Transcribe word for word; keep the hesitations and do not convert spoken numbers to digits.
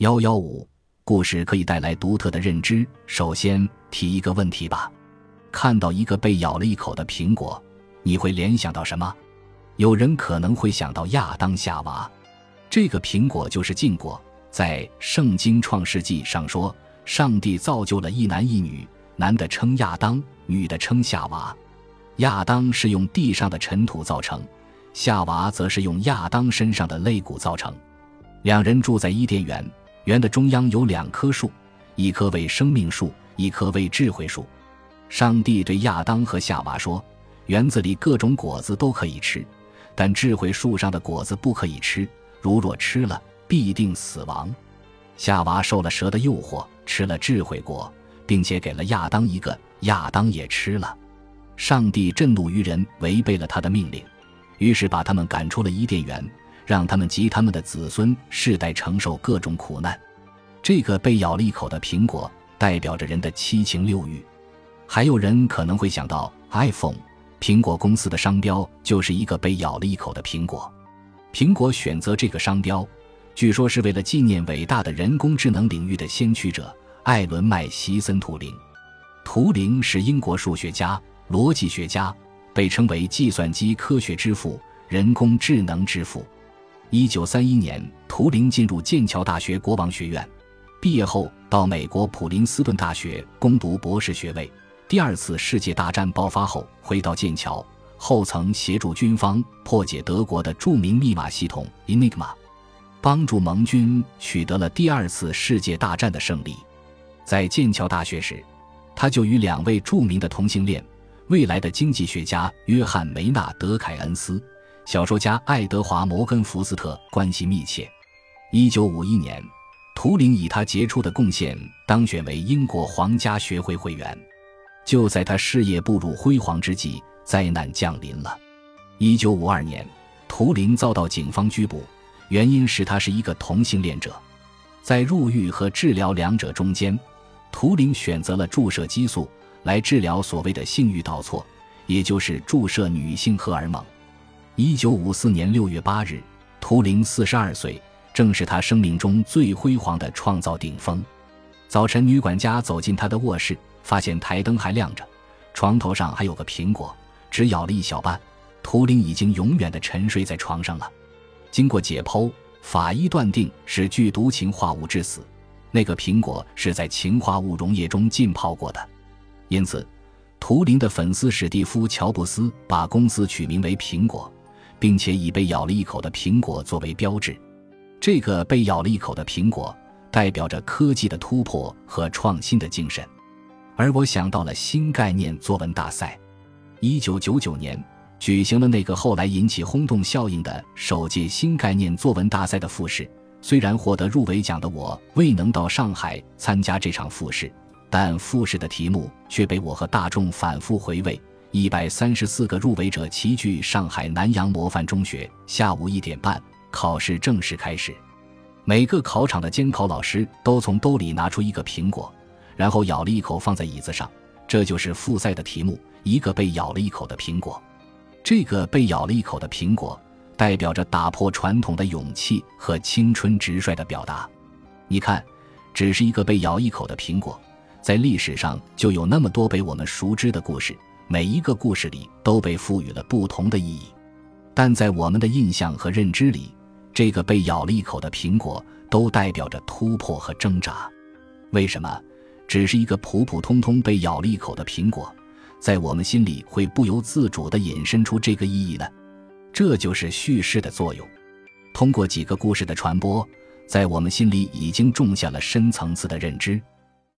一一五故事可以带来独特的认知。首先提一个问题吧，看到一个被咬了一口的苹果，你会联想到什么？有人可能会想到亚当夏娃，这个苹果就是禁果。在圣经创世纪上说，上帝造就了一男一女，男的称亚当，女的称夏娃。亚当是用地上的尘土造成，夏娃则是用亚当身上的肋骨造成。两人住在伊甸园，园的中央有两棵树，一棵为生命树，一棵为智慧树。上帝对亚当和夏娃说，园子里各种果子都可以吃，但智慧树上的果子不可以吃，如若吃了必定死亡。夏娃受了蛇的诱惑，吃了智慧果，并且给了亚当一个，亚当也吃了。上帝震怒于人，违背了他的命令，于是把他们赶出了伊甸园，让他们及他们的子孙世代承受各种苦难。这个被咬了一口的苹果代表着人的七情六欲。还有人可能会想到 iPhone， 苹果公司的商标就是一个被咬了一口的苹果。苹果选择这个商标，据说是为了纪念伟大的人工智能领域的先驱者艾伦·麦西森·图灵。图灵是英国数学家、逻辑学家，被称为计算机科学之父、人工智能之父。一九三一年，图灵进入剑桥大学国王学院，毕业后到美国普林斯顿大学攻读博士学位。第二次世界大战爆发后回到剑桥，后曾协助军方破解德国的著名密码系统 Enigma， 帮助盟军取得了第二次世界大战的胜利。在剑桥大学时，他就与两位著名的同性恋，未来的经济学家约翰·梅纳德·凯恩斯、小说家爱德华·摩根·福斯特关系密切。一九五一年，图灵以他杰出的贡献当选为英国皇家学会会员。就在他事业步入辉煌之际，灾难降临了。一九五二年，图灵遭到警方拘捕，原因是他是一个同性恋者。在入狱和治疗两者中间，图灵选择了注射激素来治疗所谓的性欲倒错，也就是注射女性荷尔蒙。一九五四年六月八日，图灵四十二岁，正是他生命中最辉煌的创造顶峰。早晨，女管家走进他的卧室，发现台灯还亮着，床头上还有个苹果，只咬了一小半，图灵已经永远地沉睡在床上了。经过解剖，法医断定是剧毒氰化物致死，那个苹果是在氰化物溶液中浸泡过的。因此，图灵的粉丝史蒂夫·乔布斯把公司取名为苹果，并且以被咬了一口的苹果作为标志。这个被咬了一口的苹果代表着科技的突破和创新的精神。而我想到了新概念作文大赛。一九九九年举行了那个后来引起轰动效应的首届新概念作文大赛的复试。虽然获得入围奖的我未能到上海参加这场复试，但复试的题目却被我和大众反复回味。一百三十四个入围者齐聚上海南洋模范中学，下午一点半，考试正式开始。每个考场的监考老师都从兜里拿出一个苹果，然后咬了一口放在椅子上，这就是复赛的题目，一个被咬了一口的苹果。这个被咬了一口的苹果代表着打破传统的勇气和青春直率的表达。你看，只是一个被咬一口的苹果，在历史上就有那么多被我们熟知的故事，每一个故事里都被赋予了不同的意义。但在我们的印象和认知里，这个被咬了一口的苹果都代表着突破和挣扎。为什么只是一个普普通通被咬了一口的苹果，在我们心里会不由自主地引申出这个意义呢？这就是叙事的作用。通过几个故事的传播，在我们心里已经种下了深层次的认知。